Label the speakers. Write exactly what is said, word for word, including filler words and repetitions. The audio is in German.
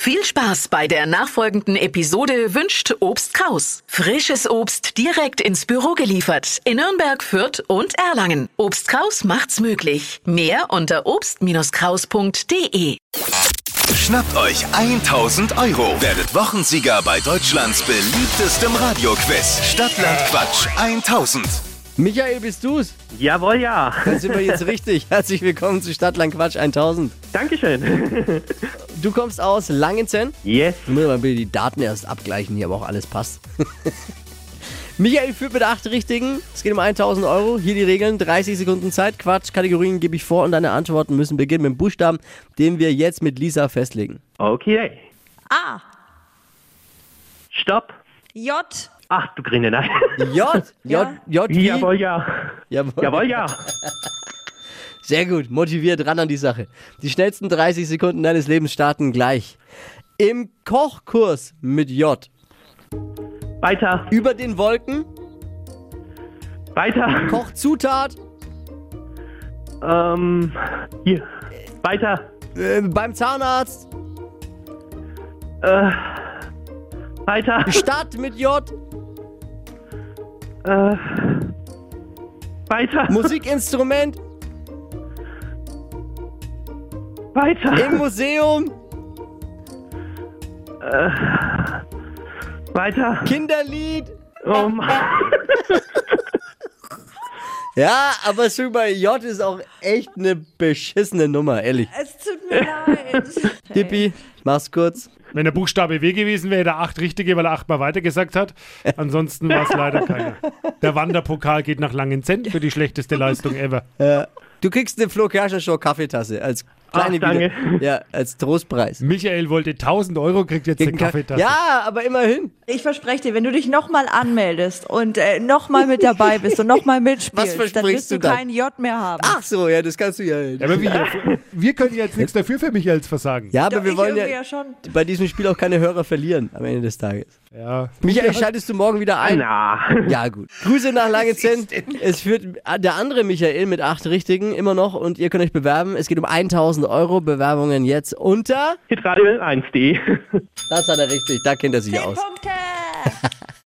Speaker 1: Viel Spaß bei der nachfolgenden Episode wünscht Obst Kraus. Frisches Obst direkt ins Büro geliefert in Nürnberg, Fürth und Erlangen. Obst Kraus macht's möglich. Mehr unter obst kraus punkt de.
Speaker 2: Schnappt euch tausend Euro. Werdet Wochensieger bei Deutschlands beliebtestem Radioquiz. Stadtland Quatsch tausend.
Speaker 3: Michael, bist du's?
Speaker 4: Jawohl, ja.
Speaker 3: Dann sind wir jetzt richtig. Herzlich willkommen zu Stadtland Quatsch tausend.
Speaker 4: Dankeschön.
Speaker 3: Du kommst aus Langenzenn?
Speaker 4: Yes.
Speaker 3: Ich muss mal bitte die Daten erst abgleichen hier, aber auch alles passt. Michael führt mit acht Richtigen. Es geht um tausend Euro. Hier die Regeln. dreißig Sekunden Zeit. Quatsch, Kategorien gebe ich vor und deine Antworten müssen beginnen mit dem Buchstaben, den wir jetzt mit Lisa festlegen.
Speaker 4: Okay.
Speaker 5: A.
Speaker 4: Stopp.
Speaker 5: J.
Speaker 4: Ach, du Grine, nein.
Speaker 3: J. J. J. wie?
Speaker 4: Jawohl, ja.
Speaker 3: Jawohl.
Speaker 4: Jawohl, ja.
Speaker 3: Sehr gut. Motiviert ran an die Sache. Die schnellsten dreißig Sekunden deines Lebens starten gleich. Im Kochkurs mit J.
Speaker 4: Weiter.
Speaker 3: Über den Wolken.
Speaker 4: Weiter.
Speaker 3: Kochzutat.
Speaker 4: Ähm, hier. Weiter.
Speaker 3: Äh, beim Zahnarzt.
Speaker 4: Äh, weiter.
Speaker 3: Stadt mit J.
Speaker 4: Äh, weiter.
Speaker 3: Musikinstrument.
Speaker 4: Weiter.
Speaker 3: Im Museum.
Speaker 4: Äh, weiter.
Speaker 3: Kinderlied.
Speaker 4: Oh Mann.
Speaker 3: Ja, aber so bei J ist auch echt eine beschissene Nummer, ehrlich.
Speaker 5: Es tut mir leid.
Speaker 3: Dippi, mach's kurz.
Speaker 6: Wenn der Buchstabe W gewesen wäre, der acht richtige, weil er achtmal weitergesagt hat. Ansonsten war es leider keiner. Der Wanderpokal geht nach Langenzenn für die schlechteste Leistung ever.
Speaker 3: Ja. Du kriegst eine Flo Kerschner Show Kaffeetasse als kleine
Speaker 4: Ach, danke.
Speaker 3: Wieder- Ja, als Trostpreis.
Speaker 6: Michael wollte tausend Euro, kriegt jetzt eine
Speaker 3: Gegen Kaff-
Speaker 6: Kaffeetasse.
Speaker 3: Ja, aber immerhin.
Speaker 5: Ich verspreche dir, wenn du dich nochmal anmeldest und äh, nochmal mit dabei bist und nochmal mitspielst,
Speaker 3: Was
Speaker 5: dann
Speaker 3: versprichst
Speaker 5: wirst du
Speaker 3: du dann?
Speaker 5: kein J mehr haben.
Speaker 3: Ach so, ja, das kannst du ja.
Speaker 6: Ja, aber wir, wir können jetzt nichts dafür für Michaels Versagen.
Speaker 3: Ja, aber
Speaker 5: Doch,
Speaker 3: wir
Speaker 5: ich
Speaker 3: wollen ja,
Speaker 5: irgendwie ja schon.
Speaker 3: bei diesem Spiel auch keine Hörer verlieren am Ende des Tages.
Speaker 6: Ja.
Speaker 3: Michael, schaltest du morgen wieder ein?
Speaker 4: Na.
Speaker 3: Ja, gut. Grüße nach Langenzenn. Es führt der andere Michael mit acht Richtigen immer noch und ihr könnt euch bewerben. Es geht um tausend Euro. Bewerbungen jetzt unter.
Speaker 4: hitradio eins punkt de.
Speaker 3: Das hat er richtig, da kennt er sich
Speaker 5: Zehn
Speaker 3: aus.
Speaker 5: Punkte!